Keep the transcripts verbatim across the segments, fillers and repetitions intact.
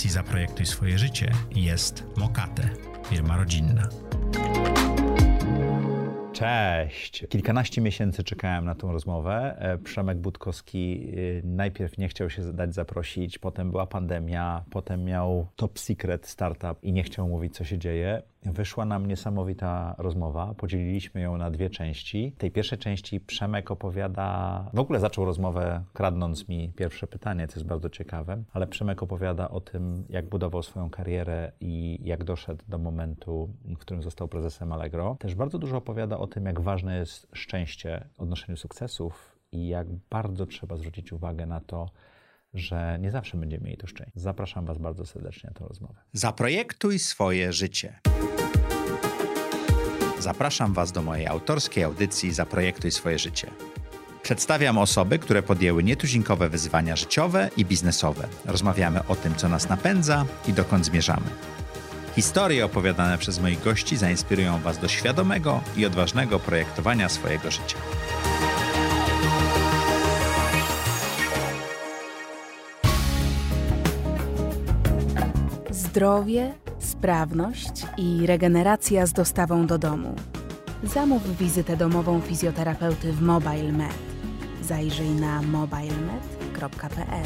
audycji Zaprojektuj swoje życie jest Mokate, firma rodzinna. Cześć! Kilkanaście miesięcy czekałem na tą rozmowę. Przemek Budkowski najpierw nie chciał się dać zaprosić, potem była pandemia, potem miał top secret startup i nie chciał mówić, co się dzieje. Wyszła nam niesamowita rozmowa, podzieliliśmy ją na dwie części. W tej pierwszej części Przemek opowiada, w ogóle zaczął rozmowę kradnąc mi pierwsze pytanie, co jest bardzo ciekawe, ale Przemek opowiada o tym, jak budował swoją karierę i jak doszedł do momentu, w którym został prezesem Allegro. Też bardzo dużo opowiada o tym, jak ważne jest szczęście w odnoszeniu sukcesów i jak bardzo trzeba zwrócić uwagę na to, że nie zawsze będziemy mieli to szczęście. Zapraszam Was bardzo serdecznie na tę rozmowę. Zaprojektuj swoje życie. Zapraszam Was do mojej autorskiej audycji Zaprojektuj swoje życie. Przedstawiam osoby, które podjęły nietuzinkowe wyzwania życiowe i biznesowe. Rozmawiamy o tym, co nas napędza i dokąd zmierzamy. Historie opowiadane przez moich gości zainspirują Was do świadomego i odważnego projektowania swojego życia. Zdrowie, sprawność i regeneracja z dostawą do domu. Zamów wizytę domową fizjoterapeuty w MobileMed. Zajrzyj na mobilemed kropka p l.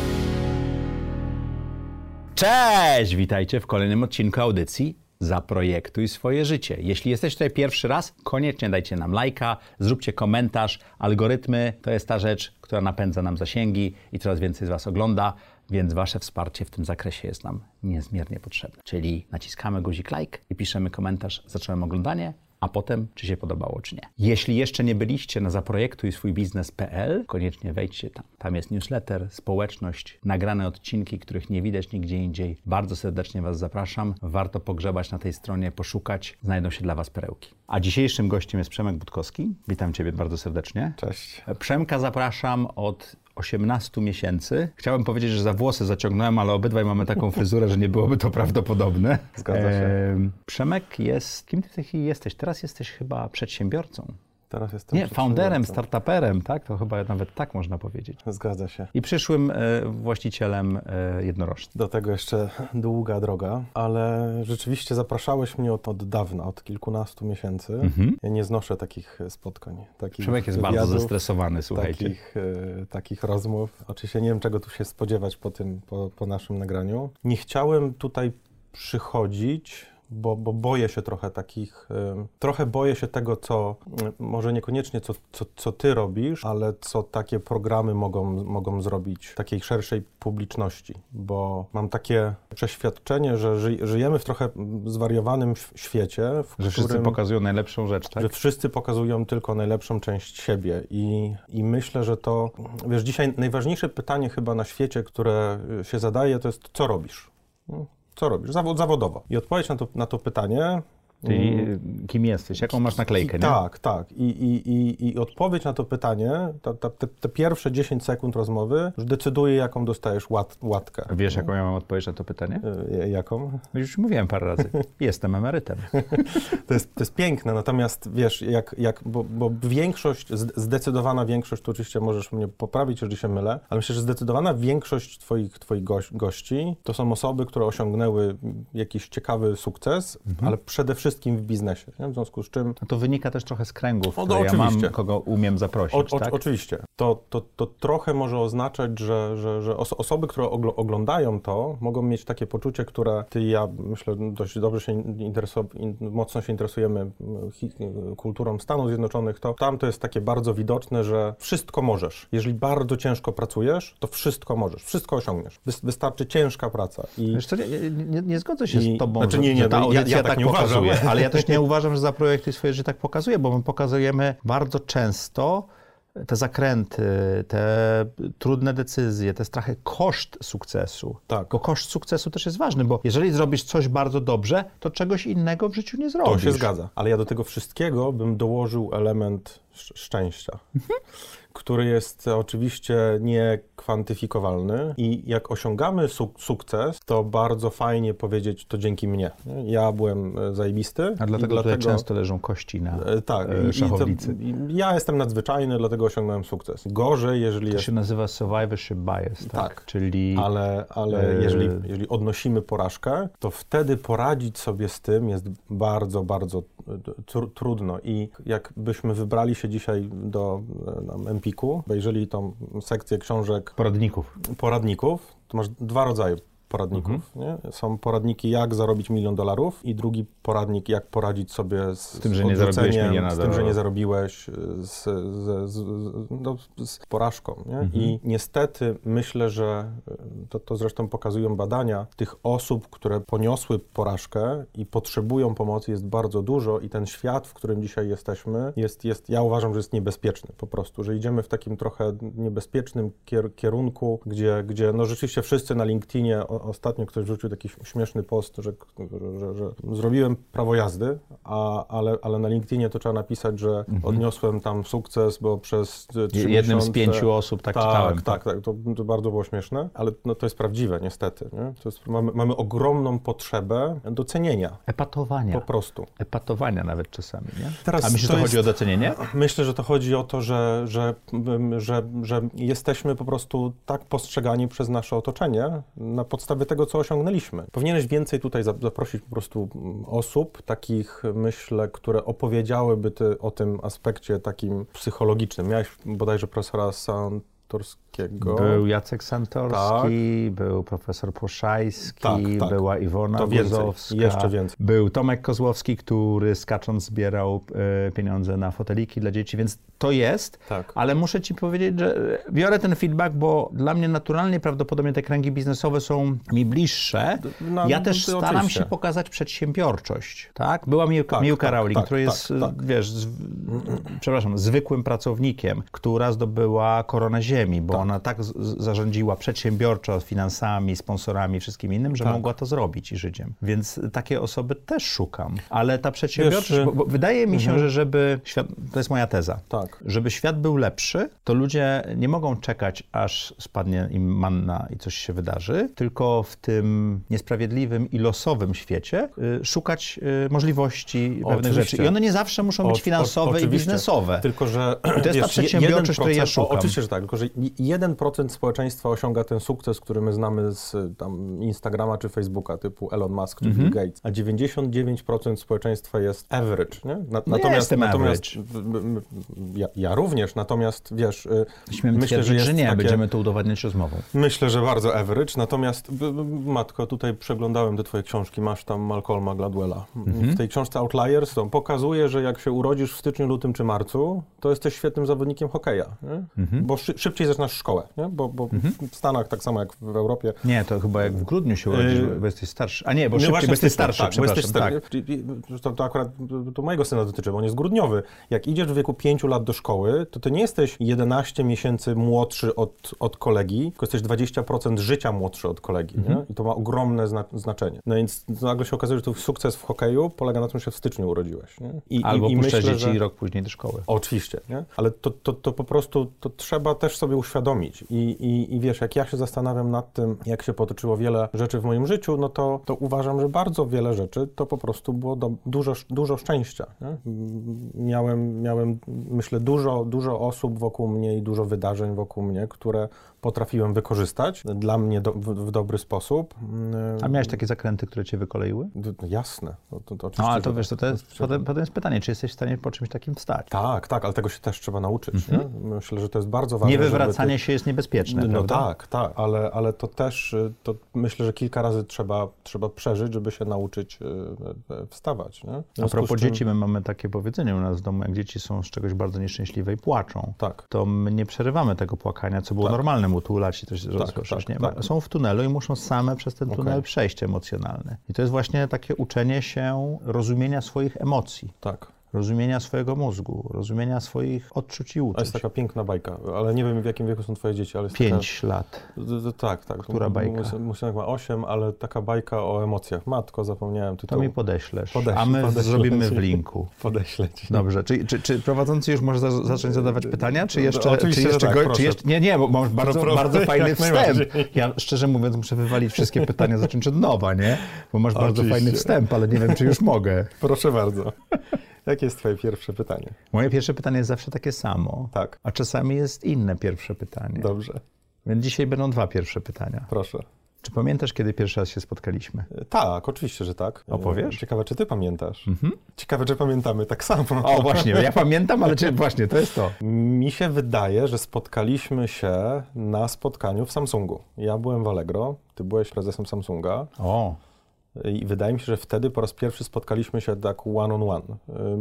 Cześć! Witajcie w kolejnym odcinku audycji Zaprojektuj swoje życie. Jeśli jesteś tutaj pierwszy raz, koniecznie dajcie nam lajka, zróbcie komentarz. Algorytmy to jest ta rzecz, która napędza nam zasięgi i coraz więcej z Was ogląda, więc Wasze wsparcie w tym zakresie jest nam niezmiernie potrzebne. Czyli naciskamy guzik like i piszemy komentarz, zacząłem oglądanie, a potem czy się podobało, czy nie. Jeśli jeszcze nie byliście na zaprojektuj swój biznes kropka p l, koniecznie wejdźcie tam. Tam jest newsletter, społeczność, nagrane odcinki, których nie widać nigdzie indziej. Bardzo serdecznie Was zapraszam. Warto pogrzebać na tej stronie, poszukać. Znajdą się dla Was perełki. A dzisiejszym gościem jest Przemek Budkowski. Witam Ciebie bardzo serdecznie. Cześć. Przemka zapraszam od osiemnastu miesięcy. Chciałem powiedzieć, że za włosy zaciągnąłem, ale obydwaj mamy taką fryzurę, że nie byłoby to prawdopodobne. Zgadza się. E, Przemek jest... Kim ty w tej chwili jesteś? Teraz jesteś chyba przedsiębiorcą. Teraz jestem Nie, founderem, startuperem, tak? To chyba nawet tak można powiedzieć. Zgadza się. I przyszłym e, właścicielem e, jednorożca. Do tego jeszcze długa droga, ale rzeczywiście zapraszałeś mnie od, od dawna, od kilkunastu miesięcy. Mhm. Ja nie znoszę takich spotkań. Takich Przemek jest bardzo zestresowany, słuchajcie. Takich, e, takich rozmów. Oczywiście nie wiem, czego tu się spodziewać po tym, po, po naszym nagraniu. Nie chciałem tutaj przychodzić, Bo, bo boję się trochę takich, y, trochę boję się tego, co, y, może niekoniecznie co, co, co ty robisz, ale co takie programy mogą, mogą zrobić takiej szerszej publiczności, bo mam takie przeświadczenie, że ży, żyjemy w trochę zwariowanym świecie, w że którym, wszyscy pokazują najlepszą rzecz, tak? Że wszyscy pokazują tylko najlepszą część siebie i, i myślę, że to, wiesz, dzisiaj najważniejsze pytanie chyba na świecie, które się zadaje, to jest, co robisz? Co robisz? Zawod, zawodowo. I odpowiedź na to, na to pytanie... Czyli kim jesteś? Jaką masz naklejkę, I, nie? Tak, tak. I, i, i, i odpowiedź na to pytanie, ta, ta, te, te pierwsze dziesięć sekund rozmowy już decyduje, jaką dostajesz łat, łatkę. Wiesz, jaką ja mam odpowiedź na to pytanie? Y, jaką? Już mówiłem parę razy. Jestem emerytem. To jest, to jest piękne, natomiast wiesz, jak, jak, bo, bo większość, zdecydowana większość, tu oczywiście możesz mnie poprawić, jeżeli się mylę, ale myślę, że zdecydowana większość twoich, twoich goś, gości to są osoby, które osiągnęły jakiś ciekawy sukces, mhm. ale przede wszystkim wszystkim w biznesie, nie? W związku z czym... No to wynika też trochę z kręgów, o, które no, ja mam, kogo umiem zaprosić, o, o, tak? Oczywiście. To, to, to trochę może oznaczać, że, że, że os- osoby, które oglądają to, mogą mieć takie poczucie, które ty i ja, myślę, dość dobrze się interesu- in, mocno się interesujemy hi- kulturą Stanów Zjednoczonych, to tam to jest takie bardzo widoczne, że wszystko możesz. Jeżeli bardzo ciężko pracujesz, to wszystko możesz, wszystko osiągniesz. Wy- wystarczy ciężka praca. I, Wiesz co, nie, nie, nie zgodzę się i, z tobą, znaczy, że, nie, nie, że ta audycja ja, ja tak, tak nie pokazuje. uważam. Ale ja też nie uważam, że Zaprojektuj swoje życie tak pokazuje, bo my pokazujemy bardzo często te zakręty, te trudne decyzje, to jest trochę koszt sukcesu. Tak. Bo koszt sukcesu też jest ważny, bo jeżeli zrobisz coś bardzo dobrze, to czegoś innego w życiu nie zrobisz. To się zgadza. Ale ja do tego wszystkiego bym dołożył element sz- szczęścia, który jest oczywiście niekwantyfikowalny i jak osiągamy suk- sukces, to bardzo fajnie powiedzieć, to dzięki mnie. Nie? Ja byłem zajebisty. A dlatego, i dlatego tutaj często leżą kości na e, tak, e, szachownicy. I, i to, ja jestem nadzwyczajny, dlatego osiągnąłem sukces. Gorzej, jeżeli To jest... się nazywa survivorship bias, tak? Tak. Czyli... Ale, ale e... jeżeli, jeżeli odnosimy porażkę, to wtedy poradzić sobie z tym jest bardzo, bardzo tr- trudno. I jakbyśmy wybrali się dzisiaj do e, Empiku, obejrzeli tą sekcję książek... Poradników. Poradników, to masz dwa rodzaje poradników. Mhm. Nie? Są poradniki, jak zarobić milion dolarów i drugi poradnik, jak poradzić sobie z, z tym, że nie zarobiłeś miliona z tym, że nie zarobiłeś, z, z, z, no, z porażką. Nie? Mhm. I niestety myślę, że to, to zresztą pokazują badania, tych osób, które poniosły porażkę i potrzebują pomocy jest bardzo dużo i ten świat, w którym dzisiaj jesteśmy, jest, jest ja uważam, że jest niebezpieczny po prostu, że idziemy w takim trochę niebezpiecznym kier- kierunku, gdzie, gdzie no rzeczywiście wszyscy na LinkedInie. Ostatnio ktoś wrzucił taki śmieszny post, że, że, że zrobiłem prawo jazdy, a, ale, ale na LinkedInie to trzeba napisać, że mhm. odniosłem tam sukces, bo przez trzy Jednym miesiące... z pięciu osób tak, tak czytałem. Tak, tak, tak. To, to bardzo było śmieszne, ale no, to jest prawdziwe niestety. Nie? To jest, mamy, mamy ogromną potrzebę docenienia. Epatowania. Po prostu. Epatowania nawet czasami, nie? Teraz a myślisz, że to jest, chodzi o docenienie? Myślę, że to chodzi o to, że, że, że, że jesteśmy po prostu tak postrzegani przez nasze otoczenie na podstawie tego, co osiągnęliśmy. Powinieneś więcej tutaj zaprosić po prostu osób, takich, myślę, które opowiedziałyby ty o tym aspekcie takim psychologicznym. Miałeś bodajże profesora Santorskiego. Był Jacek Santorski, tak. Był profesor Płoszajski, tak, tak. Była Iwona to więcej, Guzowska. Jeszcze więcej. Był Tomek Kozłowski, który skacząc zbierał e, pieniądze na foteliki dla dzieci, więc to jest, tak. Ale muszę ci powiedzieć, że biorę ten feedback, bo dla mnie naturalnie prawdopodobnie te kręgi biznesowe są mi bliższe. No, ja też staram oczywiście. się pokazać przedsiębiorczość, tak? Była Miłka, tak, Miłka tak, Rowling, tak, która jest, tak, tak. wiesz, z, przepraszam, zwykłym pracownikiem, która zdobyła koronę ziemi, bo tak. ona tak z, zarządziła przedsiębiorczo finansami, sponsorami, wszystkim innym, że tak. mogła to zrobić i życiem. Więc takie osoby też szukam. Ale ta przedsiębiorczość, wiesz, bo, bo wydaje mi się, mhm. że żeby świat, to jest moja teza, tak. żeby świat był lepszy, to ludzie nie mogą czekać, aż spadnie im manna i coś się wydarzy, tylko w tym niesprawiedliwym i losowym świecie y, szukać y, możliwości o, pewnych rzeczy. I one nie zawsze muszą być o, finansowe o, i biznesowe. Tylko, że I to jest wiesz, ta przedsiębiorczość, której ja szukam. Oczywiście, że tak, tylko że jeden procent społeczeństwa osiąga ten sukces, który my znamy z tam, Instagrama czy Facebooka, typu Elon Musk czy mm-hmm. Bill Gates, a dziewięćdziesiąt dziewięć procent społeczeństwa jest average. Nie? Na, nie natomiast natomiast average. Ja, ja również, natomiast wiesz, Śmiem myślę, że, jest że nie, takie, będziemy to udowadniać rozmową. Myślę, że bardzo average, natomiast matko, tutaj przeglądałem te twoje książki, masz tam Malcolma Gladwella. Mm-hmm. W tej książce Outliers to pokazuje, że jak się urodzisz w styczniu, lutym czy marcu, to jesteś świetnym zawodnikiem hokeja, mm-hmm. bo szy- szybciej zaczynasz szkołę, nie? bo, bo mm-hmm. w Stanach tak samo jak w Europie. Nie, to chyba jak w grudniu się urodzisz, bo jesteś starszy. A nie, bo szybciej, bo jesteś starszy, tak, przepraszam. Jesteś star- tak. to, to akurat to mojego syna dotyczy, bo on jest grudniowy. Jak idziesz w wieku pięciu lat do szkoły, to ty nie jesteś jedenaście miesięcy młodszy od, od kolegi, tylko jesteś dwadzieścia procent życia młodszy od kolegi. Mm-hmm. Nie? I to ma ogromne zna- znaczenie. No więc nagle się okazuje, że twój sukces w hokeju polega na tym, że się w styczniu urodziłeś. Nie? I, Albo i, i puszczasz myślę, dzieci że... rok później do szkoły. Oczywiście, nie? Ale to, to, to po prostu to trzeba też sobie uświadomić. I, i, I wiesz, jak ja się zastanawiam nad tym, jak się potoczyło wiele rzeczy w moim życiu, no to, to uważam, że bardzo wiele rzeczy to po prostu było do, dużo, dużo szczęścia. Nie? Miałem, miałem, myślę, dużo, dużo osób wokół mnie i dużo wydarzeń wokół mnie, które potrafiłem wykorzystać dla mnie do, w, w dobry sposób. A miałeś takie zakręty, które cię wykoleiły? No, jasne. No, to, to no ale to wiesz, to, to jest, potem, potem jest pytanie, czy jesteś w stanie po czymś takim wstać? Tak, tak, ale tego się też trzeba nauczyć. Mm-hmm. Nie? Myślę, że to jest bardzo ważne. Niewywracanie ty... się jest niebezpieczne, No prawda? tak, tak, ale, ale to też, to myślę, że kilka razy trzeba, trzeba przeżyć, żeby się nauczyć wstawać. Nie? A propos czym... dzieci, my mamy takie powiedzenie u nas w domu, jak dzieci są z czegoś bardzo nieszczęśliwe i płaczą, tak. to my nie przerywamy tego płakania, co było tak. normalne, utulać i coś rozproszyć. Tak, tak, tak. Są w tunelu i muszą same przez ten tunel okay. przejść emocjonalny. I to jest właśnie takie uczenie się rozumienia swoich emocji. Tak. rozumienia swojego mózgu, rozumienia swoich odczuć i uczuć. To jest taka piękna bajka, ale nie wiem w jakim wieku są twoje dzieci, ale jest Pięć taka... lat. Tak, tak. Która bajka? Musiałem ma osiem, ale taka bajka o emocjach. Matko, zapomniałem tytułu. To mi podeślesz, Podeślę, a my podeślę zrobimy ci. w linku. Podeślę ci. Dobrze, czy, czy, czy prowadzący już może za, zacząć zadawać pytania, czy jeszcze... Oczywiście, czy jeszcze, że go, tak, czy jeszcze Nie, nie, bo masz bardzo, Proszę, bardzo fajny jak wstęp. najbardziej. Ja szczerze mówiąc muszę wywalić wszystkie pytania, zacząć od nowa, nie? Bo masz bardzo Oczywiście. fajny wstęp, ale nie wiem, czy już mogę. Proszę bardzo. Jakie jest twoje pierwsze pytanie? Moje pierwsze pytanie jest zawsze takie samo, Tak. a czasami jest inne pierwsze pytanie. Dobrze. Więc dzisiaj będą dwa pierwsze pytania. Proszę. Czy pamiętasz, kiedy pierwszy raz się spotkaliśmy? Tak, oczywiście, że tak. Opowiesz? Ciekawe, czy ty pamiętasz? Mhm. Ciekawe, czy pamiętamy tak samo. O, właśnie, ja pamiętam, ale czy, właśnie, to jest to. Mi się wydaje, że spotkaliśmy się na spotkaniu w Samsungu. Ja byłem w Allegro, ty byłeś prezesem Samsunga. O. I wydaje mi się, że wtedy po raz pierwszy spotkaliśmy się tak one on one.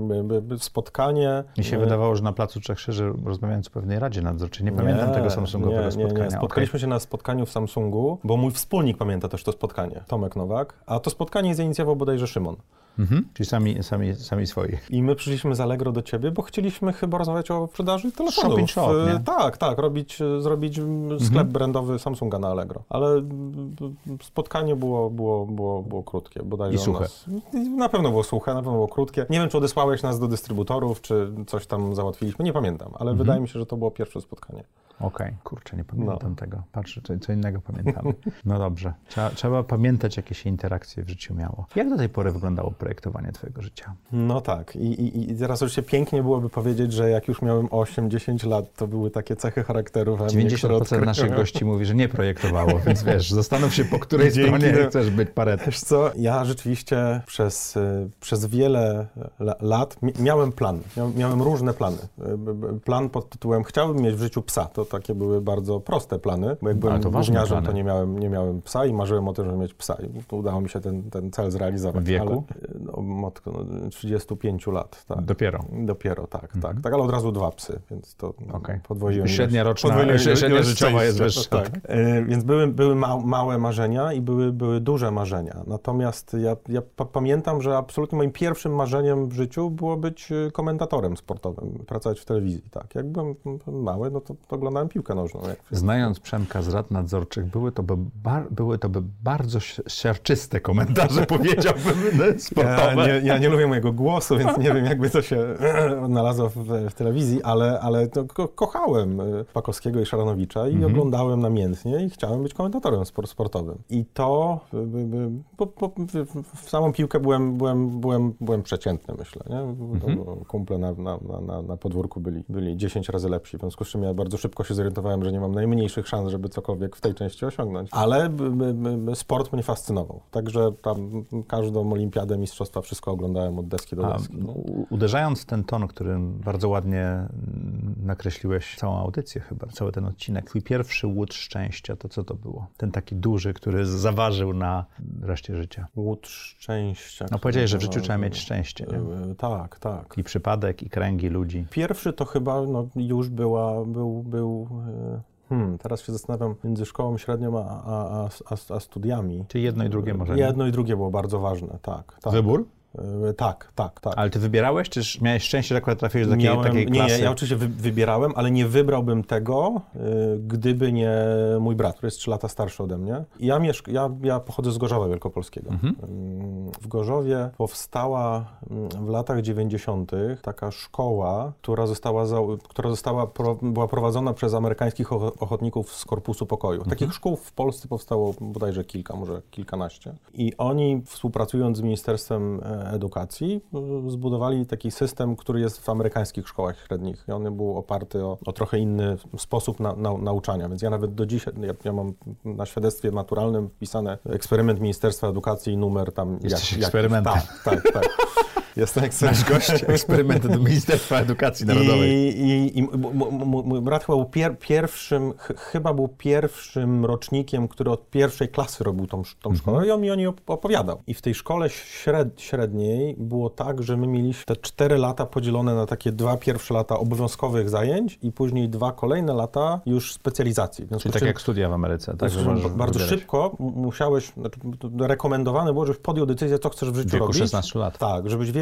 Spotkanie... Mi się wydawało, że na Placu Trzech Krzyży, rozmawiając o pewnej Radzie Nadzorczej, nie, nie pamiętam tego Samsungowego nie, spotkania. Nie, nie. Spotkaliśmy okay. się na spotkaniu w Samsungu, bo mój wspólnik pamięta też to spotkanie, Tomek Nowak, a to spotkanie zainicjował bodajże Szymon. Mhm. Czyli sami, sami, sami swoi. I my przyszliśmy z Allegro do ciebie, bo chcieliśmy chyba rozmawiać o sprzedaży telefonów. Shopping shop, nie? Tak, tak, robić, zrobić sklep mhm. brandowy Samsunga na Allegro. Ale spotkanie było, było, było, było krótkie. Bodajże I suche. Nas, na pewno było suche, na pewno było krótkie. Nie wiem, czy odesłałeś nas do dystrybutorów, czy coś tam załatwiliśmy, nie pamiętam, ale mhm. wydaje mi się, że to było pierwsze spotkanie. Okej, okay. Kurczę, nie pamiętam no. tego. Patrzę, co, co innego pamiętamy. No dobrze. Trzeba, trzeba pamiętać, jakie się interakcje w życiu miało. Jak do tej pory wyglądało projektowanie twojego życia? No tak. I, i, i teraz oczywiście pięknie byłoby powiedzieć, że jak już miałem osiem dziesięć lat, to były takie cechy charakteru we mnie, dziewięćdziesiąt procent naszych gości mówi, że nie projektowało, więc wiesz, zastanów się, po której Dzięki stronie no. chcesz być Pareto. Wiesz co, ja rzeczywiście przez, przez wiele lat miałem plan. Miałem różne plany. Plan pod tytułem chciałbym mieć w życiu psa. To takie były bardzo proste plany, bo jak byłem gówniarzem, to nie miałem, nie miałem psa i marzyłem o tym, żeby mieć psa. I udało mi się ten, ten cel zrealizować. W wieku? Ale, no, no, trzydziestu pięciu lat. Tak. Dopiero? Dopiero, tak, mhm. tak, tak, ale od razu dwa psy, więc to okay. podwoiłem. Średnia roczna, podwoiłem, średnia życiowa jest wyższa. Tak. E, więc były, były ma, małe marzenia i były, były duże marzenia. Natomiast ja, ja pa, pamiętam, że absolutnie moim pierwszym marzeniem w życiu było być komentatorem sportowym, pracować w telewizji. Tak. Jak byłem mały, no to, to oglądałem piłkę nożną. Jak Znając Przemka z rad nadzorczych, były to by, bar, były to by bardzo siarczyste komentarze, powiedziałbym, sportowe. Ja nie, ja nie lubię mojego głosu, więc nie wiem, jakby to się odnalazło w, w telewizji, ale, ale to ko kochałem Pakowskiego i Szaranowicza i mm-hmm. oglądałem namiętnie i chciałem być komentatorem sport, sportowym. I to po, po, w samą piłkę byłem, byłem, byłem, byłem przeciętny, myślę. Nie? Mm-hmm. Kumple na, na, na, na podwórku byli, byli dziesięć razy lepsi, w związku z czym ja bardzo szybko się zorientowałem, że nie mam najmniejszych szans, żeby cokolwiek w tej części osiągnąć. Ale b, b, b, sport mnie fascynował. Także tam każdą olimpiadę, mistrzostwa, wszystko oglądałem od deski do deski. A, uderzając w ten ton, którym bardzo ładnie nakreśliłeś całą audycję chyba, cały ten odcinek, twój pierwszy łód szczęścia, to co to było? Ten taki duży, który zaważył na reszcie życia. Łód szczęścia. No powiedziałeś, że w życiu trzeba mieć szczęście, nie? Tak, tak. I przypadek, i kręgi ludzi. Pierwszy to chyba no, już była, był, był Hmm, teraz się zastanawiam między szkołą średnią a, a, a, a studiami. Czy jedno i drugie może? Jedno i drugie było bardzo ważne, tak. tak. Wybór? Yy, tak, tak, tak. Ale ty wybierałeś, czy miałeś szczęście, że akurat trafiłeś do takiej, Miałem, takiej klasy? Nie, ja oczywiście wy, wybierałem, ale nie wybrałbym tego, yy, gdyby nie mój brat, który jest trzy lata starszy ode mnie. Ja, mieszk ja, ja pochodzę z Gorzowa Wielkopolskiego. Mhm. Yy, w Gorzowie powstała yy, w latach dziewięćdziesiątych taka szkoła, która została, za, która została pro, była prowadzona przez amerykańskich ochotników z Korpusu Pokoju. Mhm. Takich szkół w Polsce powstało bodajże kilka, może kilkanaście. I oni, współpracując z Ministerstwem Edukacji, zbudowali taki system, który jest w amerykańskich szkołach średnich. I on był oparty o, o trochę inny sposób na, na, nauczania. Więc ja nawet do dzisiaj, ja, ja mam na świadectwie maturalnym wpisane eksperyment Ministerstwa Edukacji i numer tam... Jesteś jak, eksperymentem. Jak, tak, tak, tak. Jestem Nasz gość, eksperyment do Ministerstwa Edukacji Narodowej. I, i, i mój brat chyba był, pier, pierwszym, ch, chyba był pierwszym rocznikiem, który od pierwszej klasy robił tą, tą szkołę mm-hmm. i on mi o niej opowiadał. I w tej szkole śred, średniej było tak, że my mieliśmy te cztery lata podzielone na takie dwa pierwsze lata obowiązkowych zajęć i później dwa kolejne lata już specjalizacji. Czyli tak czym, jak studia w Ameryce. Tak, że bardzo wybierać. Szybko musiałeś, znaczy, rekomendowane było, żebyś podjął decyzję, co chcesz w życiu w wieku robić. szesnastu lat. Tak, żebyś wiedział,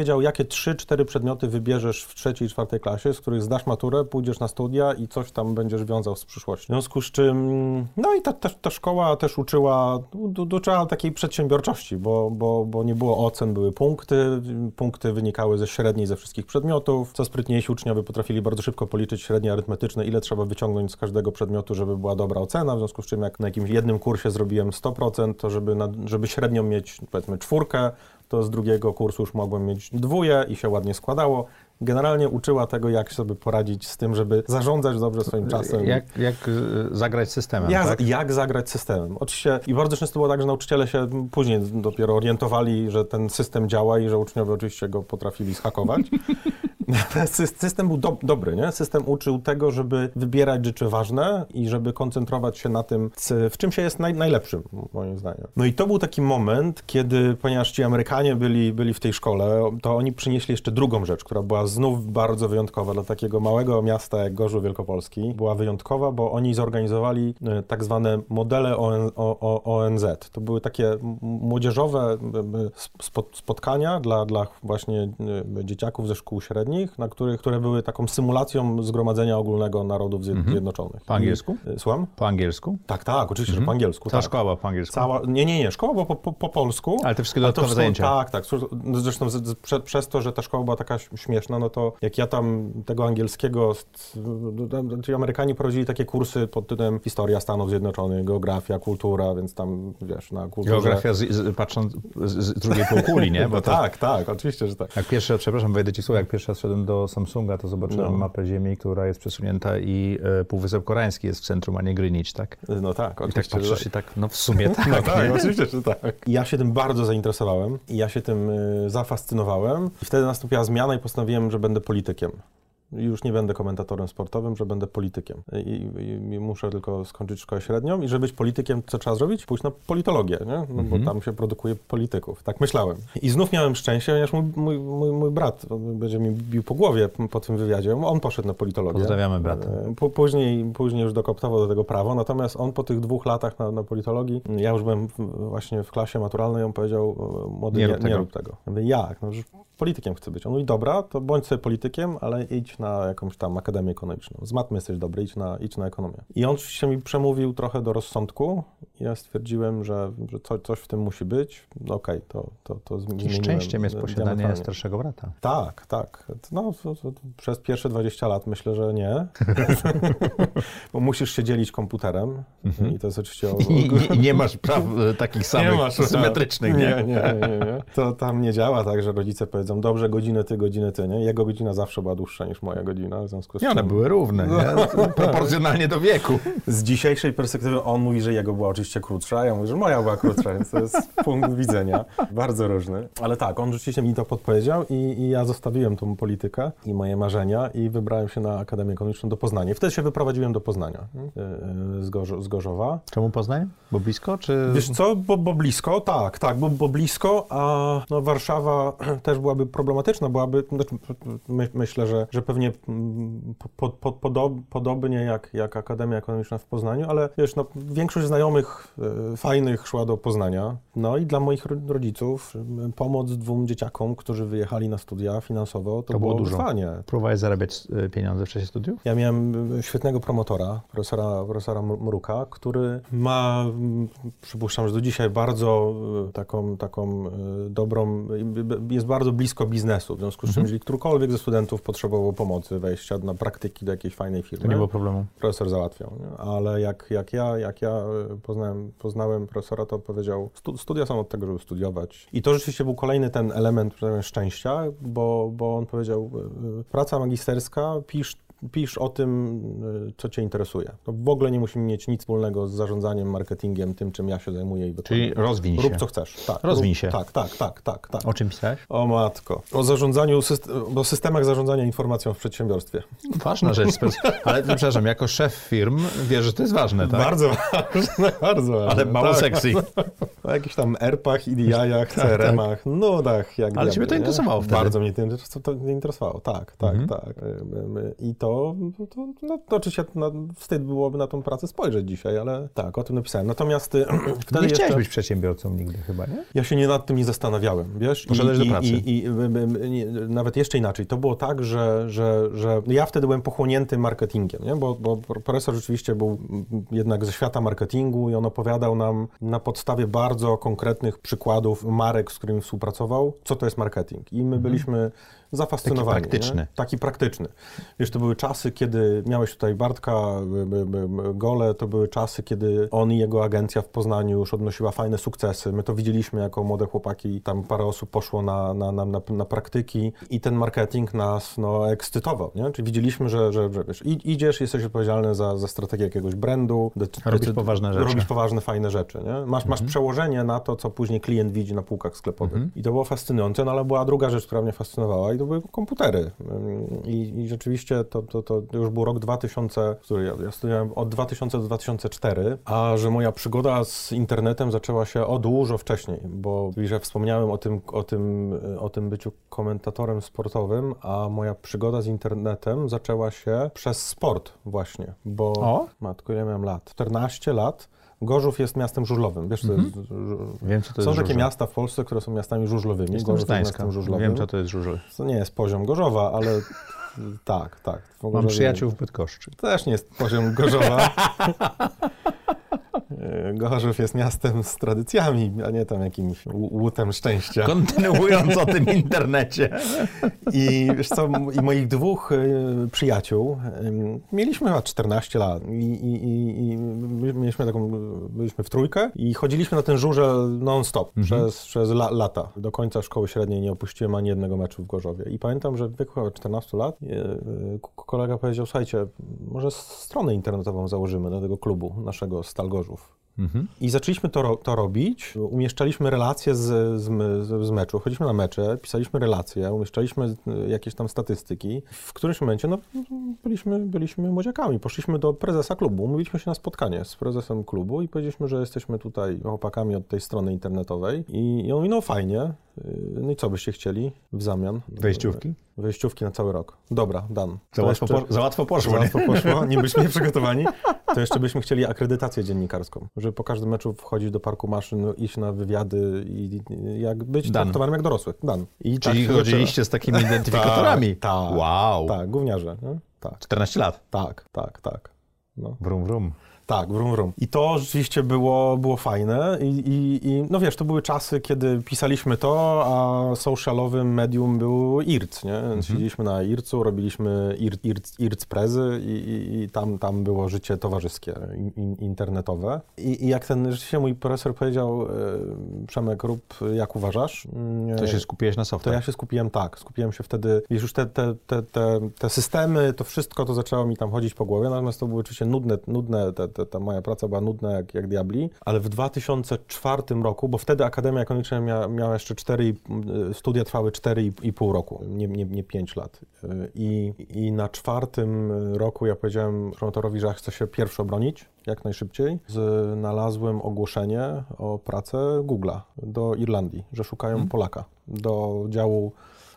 powiedział, jakie trzy, cztery przedmioty wybierzesz w trzeciej, czwartej klasie, z których zdasz maturę, pójdziesz na studia i coś tam będziesz wiązał z przyszłością. W związku z czym, no i ta, ta, ta szkoła też uczyła, uczyła takiej przedsiębiorczości, bo, bo, bo nie było ocen, były punkty, punkty wynikały ze średniej ze wszystkich przedmiotów. Co sprytniejsi uczniowie potrafili bardzo szybko policzyć średnie arytmetyczne, ile trzeba wyciągnąć z każdego przedmiotu, żeby była dobra ocena, w związku z czym jak na jakimś jednym kursie zrobiłem sto procent, to żeby, na, żeby średnią mieć, powiedzmy, czwórkę, to z drugiego kursu już mogłem mieć dwóje i się ładnie składało. Generalnie uczyła tego, jak sobie poradzić z tym, żeby zarządzać dobrze swoim czasem. Jak, jak zagrać systemem, ja, tak? Jak zagrać systemem. Oczywiście i bardzo często było tak, że nauczyciele się później dopiero orientowali, że ten system działa i że uczniowie oczywiście go potrafili zhakować. System był do, dobry, nie? System uczył tego, żeby wybierać rzeczy ważne i żeby koncentrować się na tym, w czym się jest naj, najlepszym, moim zdaniem. No i to był taki moment, kiedy, ponieważ ci Amerykanie byli, byli w tej szkole, to oni przynieśli jeszcze drugą rzecz, która była znów bardzo wyjątkowa dla takiego małego miasta jak Gorzów Wielkopolski. Była wyjątkowa, bo oni zorganizowali tak zwane modele O N Z. To były takie młodzieżowe spotkania dla, dla właśnie dzieciaków ze szkół średnich, na których, które były taką symulacją Zgromadzenia Ogólnego Narodów Zjednoczonych. Mhm. Po angielsku? I, słucham? Po angielsku? Tak, tak, oczywiście, Mhm. że po angielsku. Cała tak. szkoła po angielsku? Cała, nie, nie, nie, szkoła była po, po, po polsku. Ale te wszystkie dodatkowe zajęcia? Tak, tak. Zresztą z, z, prze, przez to, że ta szkoła była taka śmieszna, no to jak ja tam tego angielskiego, ci Amerykanie prowadzili takie kursy pod tytułem Historia Stanów Zjednoczonych, geografia, kultura, więc tam, wiesz, na kulturze... Geografia, z, z, patrząc z, z drugiej półkuli, nie? Bo no to, tak, tak, oczywiście, że tak. Jak pierwszy, przepraszam, wejdę ci słowo, jak pierwszy raz szedłem do Samsunga, to zobaczyłem no. mapę Ziemi, która jest przesunięta i e, Półwysep Koreański jest w centrum, a nie Greenwich, tak? No tak, I oczywiście. I tak patrzysz i tak, no w sumie tak. No tak, oczywiście, że tak. I ja się tym bardzo zainteresowałem i ja się tym y, zafascynowałem i wtedy nastąpiła zmiana i postanowiłem, że będę politykiem. Już nie będę komentatorem sportowym, że będę politykiem. I, i, i muszę tylko skończyć szkołę średnią i żeby być politykiem, co trzeba zrobić? Pójść na politologię, nie? No mm-hmm. bo tam się produkuje polityków. Tak myślałem. I znów miałem szczęście, ponieważ mój, mój, mój, mój brat będzie mi bił po głowie po tym wywiadzie. On poszedł na politologię. Pozdrawiamy brata. Później, później już dokoptował do tego prawo, natomiast on po tych dwóch latach na, na politologii, ja już byłem właśnie w klasie maturalnej, on powiedział, młody, nie, nie, rób, tego. nie rób tego. Ja mówię, jak? No, że politykiem chcę być. On mówi, dobra, to bądź sobie politykiem, ale idź na jakąś tam akademię ekonomiczną. Z matmy jesteś dobry, idź na, idź na ekonomię. I on się mi przemówił trochę do rozsądku. Ja stwierdziłem, że, że co, coś w tym musi być. No okej, okay, to, to, to zmieniłem. Szczęściem jest posiadanie starszego brata. Tak, tak. No, to, to, to przez pierwsze dwadzieścia lat myślę, że nie. Bo musisz się dzielić komputerem. Mhm. I to jest oczywiście... O... I, I nie masz praw takich samych, nie masz, symetrycznych, nie? Nie, nie, nie, nie. To tam nie działa tak, że rodzice powiedzą, dobrze, godzinę ty, godzinę ty, nie? Jego godzina zawsze była dłuższa niż moja godzina, w związku z czym... Nie, one były równe, nie? Proporcjonalnie do wieku. Z dzisiejszej perspektywy on mówi, że jego była oczywiście krótsza, ja mówię, że moja była krótsza, więc to jest punkt widzenia bardzo różny. Ale tak, on rzeczywiście mi to podpowiedział i, i ja zostawiłem tą politykę i moje marzenia i wybrałem się na Akademię Ekonomiczną do Poznania. Wtedy się wyprowadziłem do Poznania, z, Gorz- z Gorzowa. Czemu Poznań? Bo blisko, czy... Wiesz co, bo, bo blisko, tak, tak, bo, bo blisko, a no, Warszawa też byłaby problematyczna, byłaby, my, myślę, że, że pewnie po, po, podob, podobnie jak, jak Akademia Ekonomiczna w Poznaniu, ale wiesz, no, większość znajomych e, fajnych szła do Poznania. No i dla moich rodziców pomoc dwóm dzieciakom, którzy wyjechali na studia finansowo, to, to było, było dużo. Wyzwanie. Próbowałeś zarabiać pieniądze w czasie studiów? Ja miałem świetnego promotora, profesora, profesora Mruka, który ma, przypuszczam, że do dzisiaj bardzo taką, taką dobrą, jest bardzo blisko biznesu, w związku z czym, mhm. jeżeli którykolwiek ze studentów potrzebował pomocy, wejścia na praktyki do jakiejś fajnej firmy, to nie było problemu. Profesor załatwiał. Nie? Ale jak, jak ja, jak ja poznałem, poznałem profesora, to powiedział, studia są od tego, żeby studiować. I to rzeczywiście był kolejny ten element szczęścia, bo, bo on powiedział, praca magisterska, pisz Pisz o tym, co cię interesuje. To w ogóle nie musimy mieć nic wspólnego z zarządzaniem, marketingiem, tym, czym ja się zajmuję. I Czyli rozwiń rób, się. Rób, co chcesz. Tak, rozwiń rób, się. Tak, tak, tak, tak, tak. O czym pisałeś? O matko. O zarządzaniu, o systemach zarządzania informacją w przedsiębiorstwie. Ważna rzecz. Ale przepraszam, jako szef firm wiesz, że to jest ważne, tak? Bardzo ważne, bardzo ważne. Ale mało tak. sexy. O jakichś tam erpach, I D I-ach, C R M-ach, nudach, jak Ale ciebie to interesowało wtedy? Bardzo mnie to interesowało, tak, tak, mhm. tak. I to, to, no, to oczywiście no, wstyd byłoby na tą pracę spojrzeć dzisiaj, ale tak, o tym napisałem. Natomiast wtedy nie chciałeś jeszcze... być przedsiębiorcą nigdy chyba, nie? Ja się nie nad tym nie zastanawiałem, wiesz? Poszedłeś do pracy. I, i, i, i nawet jeszcze inaczej. To było tak, że, że, że ja wtedy byłem pochłonięty marketingiem, nie? Bo, bo profesor rzeczywiście był jednak ze świata marketingu i on opowiadał nam na podstawie bardzo konkretnych przykładów marek, z którymi współpracował, co to jest marketing. I my mhm. byliśmy zafascynowani. Taki praktyczny. Nie? Taki praktyczny. Wiesz, to były czasy, kiedy miałeś tutaj Bartka Gole, to były czasy, kiedy on i jego agencja w Poznaniu już odnosiła fajne sukcesy. My to widzieliśmy jako młode chłopaki, tam parę osób poszło na, na, na, na, na praktyki i ten marketing nas no, ekscytował, nie? Czyli widzieliśmy, że, że, że wiesz, idziesz, jesteś odpowiedzialny za, za strategię jakiegoś brandu, robisz poważne rzeczy. Robisz poważne, fajne rzeczy, nie? Masz, mhm. masz przełożenie na to, co później klient widzi na półkach sklepowych. Mhm. I to było fascynujące, no ale była druga rzecz, która mnie fascynowała i to były komputery. I, i rzeczywiście to, to, to już był rok dwa tysiące, który ja, ja studiowałem od dwa tysiące do dwa tysiące cztery, a że moja przygoda z internetem zaczęła się o dużo wcześniej, bo że wspomniałem o tym, o tym, o tym byciu komentatorem sportowym, a moja przygoda z internetem zaczęła się przez sport właśnie, bo o? matko, ja miałem lat, czternaście lat. Gorzów jest miastem żużlowym. Wiesz, mm-hmm. to jest, Wiem, co to są jest takie żużel. miasta w Polsce, które są miastami żużlowymi. Jestem Gorzów jest miastem żużlowym. Wiem, co to jest żużel. To nie jest poziom Gorzowa, ale tak, tak. Mam przyjaciół w Bydgoszczy. To też nie jest poziom Gorzowa. Gorzów jest miastem z tradycjami, a nie tam jakimś łutem szczęścia. Kontynuując o tym internecie. I wiesz co, i moich dwóch y, przyjaciół, y, mieliśmy chyba czternaście lat i, i, i, i mieliśmy taką, byliśmy w trójkę i chodziliśmy na ten żużel non-stop mhm. przez, przez la, lata. Do końca szkoły średniej nie opuściłem ani jednego meczu w Gorzowie. I pamiętam, że w wieku chyba czternastu lat y, y, kolega powiedział, słuchajcie, może stronę internetową założymy do tego klubu naszego Stal Gorzów. Mhm. I zaczęliśmy to, to robić, umieszczaliśmy relacje z, z, z meczu, chodziliśmy na mecze, pisaliśmy relacje, umieszczaliśmy jakieś tam statystyki. W którymś momencie no, byliśmy, byliśmy młodziakami, poszliśmy do prezesa klubu, umówiliśmy się na spotkanie z prezesem klubu i powiedzieliśmy, że jesteśmy tutaj chłopakami od tej strony internetowej i, i on mówi, no fajnie, no i co byście chcieli w zamian? Wejściówki? Wejściówki na cały rok. Dobra, dan. Za łatwo, jeszcze, po, za łatwo poszło. Za łatwo poszło, nie byliśmy nieprzygotowani. To jeszcze byśmy chcieli akredytację dziennikarską, żeby po każdym meczu wchodzić do parku maszyn, iść na wywiady i jak być traktowanym jak dorosłych. Dan. I Czyli tak chodziliście z takimi identyfikatorami? Tak, wow. Tak, gówniarze. Nie? Tak. czternaście lat? Tak, tak, tak. No. Wrum, wrum. Tak, wrum, wrum. I to rzeczywiście było, było fajne I, i, i no wiesz, to były czasy, kiedy pisaliśmy to, a socialowym medium był I R C, nie? Więc mm-hmm. siedzieliśmy na I R C-u, robiliśmy I R C prezy i, i, i tam, tam było życie towarzyskie, in, internetowe. I, I jak ten rzeczywiście mój profesor powiedział, e, Przemek, rób jak uważasz. To się skupiłeś na software. To ja się skupiłem, tak, skupiłem się wtedy, wiesz, już te, te, te, te, te systemy, to wszystko, to zaczęło mi tam chodzić po głowie, natomiast to były oczywiście nudne, nudne te, Ta, ta moja praca była nudna jak, jak diabli, ale w dwa tysiące czwartym roku, bo wtedy Akademia Ekonomiczna mia, miała jeszcze cztery, studia trwały cztery i pół roku, nie, nie, nie pięć lat. I, I na czwartym roku ja powiedziałem promotorowi, że chcę się pierwszy obronić, jak najszybciej. Znalazłem ogłoszenie o pracę Google'a do Irlandii, że szukają hmm. Polaka do działu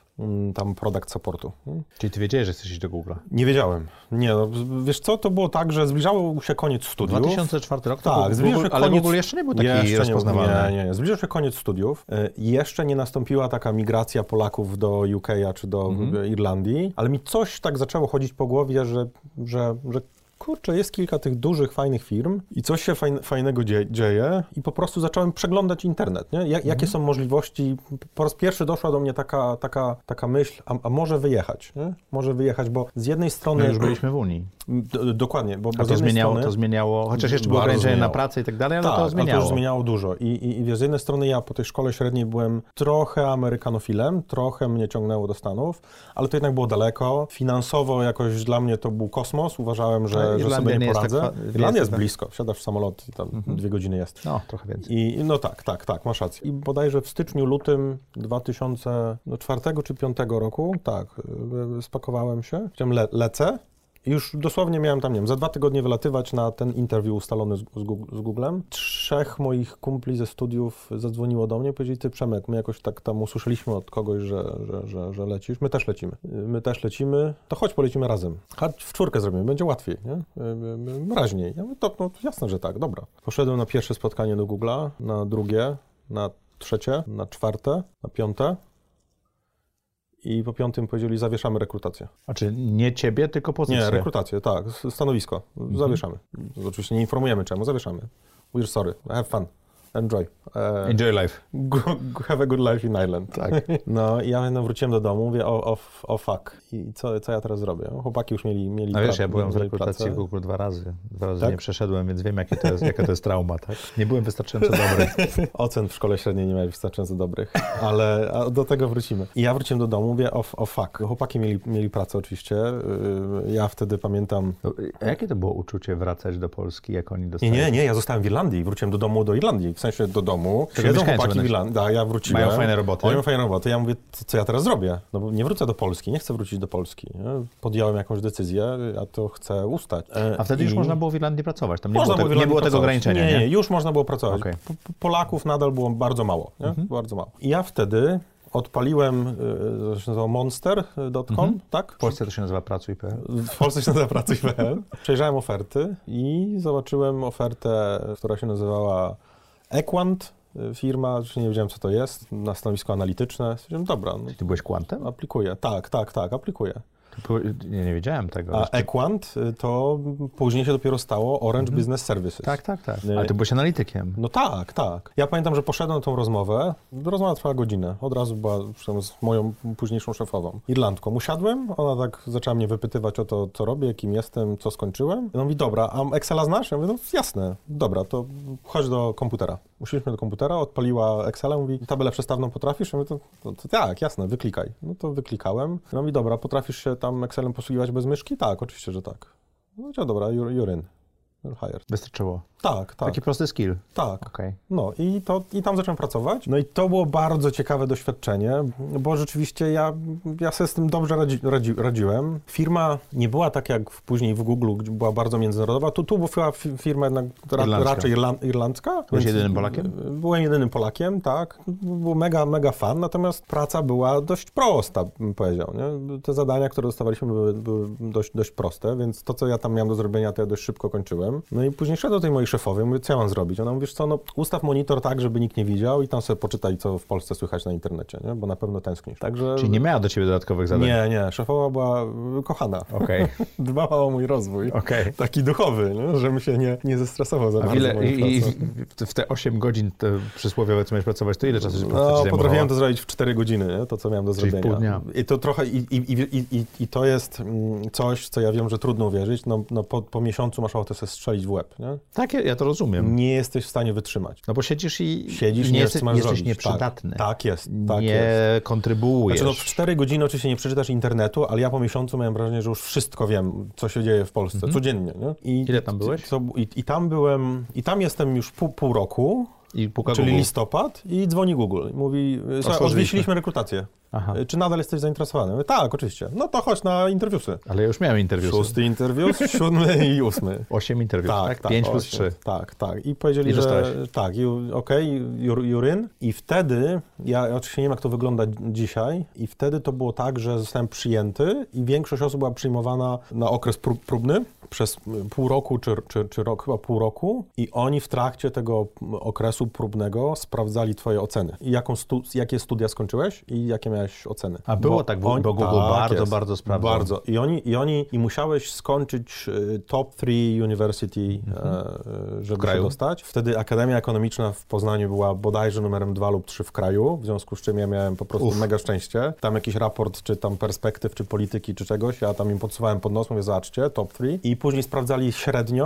tam product supportu. Czyli ty wiedziałeś, że chcesz iść do Google'a? Nie wiedziałem. Nie, no, wiesz co, to było tak, że zbliżało się koniec studiów. dwa tysiące czwarty rok? To tak, Google, się ale koniec... Google jeszcze nie był taki jeszcze rozpoznawalny. Nie, nie, nie. Zbliżał się koniec studiów. Jeszcze nie nastąpiła taka migracja Polaków do U K a czy do mhm. Irlandii, ale mi coś tak zaczęło chodzić po głowie, że, że, że kurczę, jest kilka tych dużych, fajnych firm i coś się fajn, fajnego dzie, dzieje i po prostu zacząłem przeglądać internet, nie? Jak, mhm. Jakie są możliwości? Po raz pierwszy doszła do mnie taka, taka, taka myśl, a, a może wyjechać, nie? Może wyjechać, bo z jednej strony... My już byliśmy w Unii. D- dokładnie, bo, bo a z to jednej zmieniało, strony... to zmieniało, chociaż jeszcze było ograniczenie na pracę i tak dalej, ale tak, to zmieniało. Tak, to już zmieniało dużo. I, i, i wiesz, z jednej strony ja po tej szkole średniej byłem trochę amerykanofilem, trochę mnie ciągnęło do Stanów, ale to jednak było daleko. Finansowo jakoś dla mnie to był kosmos. Uważałem, że, że sobie nie poradzę. Tak, Irlandia jest tak blisko. Wsiadasz w samolot i tam mhm. dwie godziny jest. No, trochę więcej. I, no tak, tak, tak, masz rację. I bodajże w styczniu, lutym dwa tysiące czwartego czy dwa tysiące piątego roku, tak, spakowałem się, chciałem le- lecę. Już dosłownie miałem tam, nie wiem, za dwa tygodnie wylatywać na ten interwiu ustalony z, z, Google, z Googlem. Trzech moich kumpli ze studiów zadzwoniło do mnie i powiedzieli, ty Przemek, my jakoś tak tam usłyszeliśmy od kogoś, że, że, że, że lecisz. My też lecimy. My też lecimy, to chodź polecimy razem. Chodź w czwórkę zrobimy, będzie łatwiej, nie? Raźniej. Ja mówię, to, no jasne, że tak, dobra. Poszedłem na pierwsze spotkanie do Google'a, na drugie, na trzecie, na czwarte, na piąte. I po piątym powiedzieli, zawieszamy rekrutację. A czy nie ciebie, tylko pozycję? Nie, rekrutację, tak, stanowisko. Mhm. Zawieszamy. Oczywiście nie informujemy czemu, zawieszamy. We're sorry, have fun, enjoy. E, enjoy life. Go, have a good life in Ireland. Tak. No i ja no, wróciłem do domu, mówię, o, o, o fuck. I co, co ja teraz zrobię? Chłopaki już mieli mieli No wiesz, pra- ja byłem w mieli rekrutacji pracę. Google dwa razy. Dwa razy Tak? nie przeszedłem, więc wiem, jakie to jest, jaka to jest trauma, tak? Nie byłem wystarczająco dobry. Ocen w szkole średniej nie miałeś wystarczająco dobrych, ale a do tego wrócimy. I ja wróciłem do domu, mówię, o, o fuck. Chłopaki mieli, mieli pracę oczywiście. Yy, ja wtedy pamiętam... A jakie to było uczucie wracać do Polski, jak oni Nie, dostali? nie, nie, ja zostałem w Irlandii. Wróciłem do domu do Irlandii. W sensie do domu. Czyli Siedzą mieszkańcy chłopaki w będą- Irlandii. Da, ja wróciłem. Mają fajne roboty. Mają fajne roboty. Ja mówię, co, co ja teraz zrobię? No bo nie wrócę do Polski, nie chcę wrócić do Polski. Nie? Podjąłem jakąś decyzję, a to chcę ustać. E, A wtedy i... już można było w Irlandii pracować? Tam nie Można było, było te, nie było tego pracować. ograniczenia, nie, nie? nie, już można było pracować. Okay. Po- po- Polaków nadal było bardzo mało, nie? Mhm. Bardzo mało. I ja wtedy odpaliłem, y, to się nazywało monster kropka com, Mhm. tak? W Polsce to się nazywa pracuj kropka p l. W Polsce się nazywa pracuj kropka p l. Przejrzałem oferty i zobaczyłem ofertę, która się nazywała Equant, firma, już nie wiedziałem, co to jest, na stanowisko analityczne. Stwierdziłem, dobra, no, Ty byłeś kwantem? aplikuję. Tak, tak, tak, aplikuję. Nie, nie wiedziałem tego. A Jeszcze. Equant y, to później się dopiero stało Orange Mhm. Business Services. Tak, tak, tak. Nie. Ale ty byłeś analitykiem. No tak, tak. Ja pamiętam, że poszedłem na tą rozmowę. Rozmowa trwała godzinę. Od razu była zresztą z moją późniejszą szefową, Irlandką. Usiadłem, ona tak zaczęła mnie wypytywać o to, co robię, kim jestem, co skończyłem. Ja mówi, dobra, a Excela znasz? Ja mówię, no jasne, dobra, to chodź do komputera. Usiedliśmy do komputera, odpaliła Excela, mówi, tabelę przestawną potrafisz? Ja mówię, to, to, to tak, jasne, wyklikaj. No to wyklikałem. No mówi, dobra, potrafisz się tam Excelem posługiwać bez myszki? Tak, oczywiście, że tak. No to dobra, you're, you're in. You're hired. Wystarczyło. Tak, tak. Taki prosty skill. Tak. Okay. No i, to, i tam zacząłem pracować. No i to było bardzo ciekawe doświadczenie, bo rzeczywiście ja, ja sobie z tym dobrze radzi, radzi, radziłem. Firma nie była tak jak później w Google, gdzie była bardzo międzynarodowa. Tu, tu była firma jednak ra, Irlandzka. raczej irlan, irlandzka. Byłeś jedynym Polakiem? Byłem jedynym Polakiem, tak. Był mega, mega fan, natomiast praca była dość prosta, bym powiedział. Nie? Te zadania, które dostawaliśmy, były, były dość, dość proste, więc to, co ja tam miałem do zrobienia, to ja dość szybko kończyłem. No i później szedłem do tej mojej szefowej, mówię, co ja mam zrobić? Ona mówi, wiesz co, no ustaw monitor tak, żeby nikt nie widział i tam sobie poczytaj, co w Polsce słychać na internecie, nie? Bo na pewno tęsknisz. Także... Czyli nie miała do ciebie dodatkowych zadań? Nie, nie, szefowa była kochana. Okej. Dbała o mój rozwój. Okay. Taki duchowy, nie? Żebym się nie, nie zestresował za A bardzo ile, moją i, pracą. i w te osiem godzin te przysłowiowe, co miałeś pracować, to ile czasu się praca No, ci zajmowała? potrafiłem to zrobić w cztery godziny, nie? To, co miałem do Czyli w zrobienia. pół dnia. I to trochę, i, i, i, i, i to jest mm, coś, co ja wiem, że trudno uwierzyć, no, no po, po miesiącu masz ochotę sobie strzelić w łeb, nie? Tak, ja, ja to rozumiem. Nie jesteś w stanie wytrzymać. No bo siedzisz i Siedzisz, nie nie jesteś, wiesz, co masz jesteś zrobić. nieprzydatny. Tak, tak jest, tak nie jest. kontrybuujesz. Znaczy, no, w cztery godziny oczywiście nie przeczytasz internetu, ale ja po miesiącu miałem wrażenie, że już wszystko wiem, co się dzieje w Polsce, Mhm. codziennie. Nie? I, Ile tam byłeś? Co, i, I tam byłem, i tam jestem już pół, pół roku, I puka czyli Google. listopad, i dzwoni Google. I mówi, słuchaj, Otworzyliśmy. odwiesiliśmy rekrutację. Aha. Czy nadal jesteś zainteresowany? Mówię, tak, oczywiście. No to chodź na interwiusy. Ale ja już miałem interwiu. Szósty interwius, siódmy i ósmy. Osiem interwiów, tak? Tak, tak. Pięć plus osiem. trzy. Tak, tak. I powiedzieli, I że dostałeś. tak, you, okej, okay, you're, you're in. I wtedy, ja oczywiście nie wiem, jak to wygląda dzisiaj, i wtedy to było tak, że zostałem przyjęty i większość osób była przyjmowana na okres prób, próbny przez pół roku, czy, czy, czy rok, chyba pół roku, i oni w trakcie tego okresu próbnego sprawdzali twoje oceny. I jaką stu, jakie studia skończyłeś i jakie miałeś oceny. A było tak, bo, bo Google tak bardzo, jest, bardzo sprawdzał. Bardzo. I oni, i oni, i musiałeś skończyć y, top three university, mhm. e, żeby się dostać. Wtedy Akademia Ekonomiczna w Poznaniu była bodajże numerem dwa lub trzy w kraju, w związku z czym ja miałem po prostu Uf. mega szczęście. Tam jakiś raport, czy tam perspektyw, czy polityki, czy czegoś, ja tam im podsuwałem pod nos, mówię, zobaczcie, top three. I później sprawdzali średnią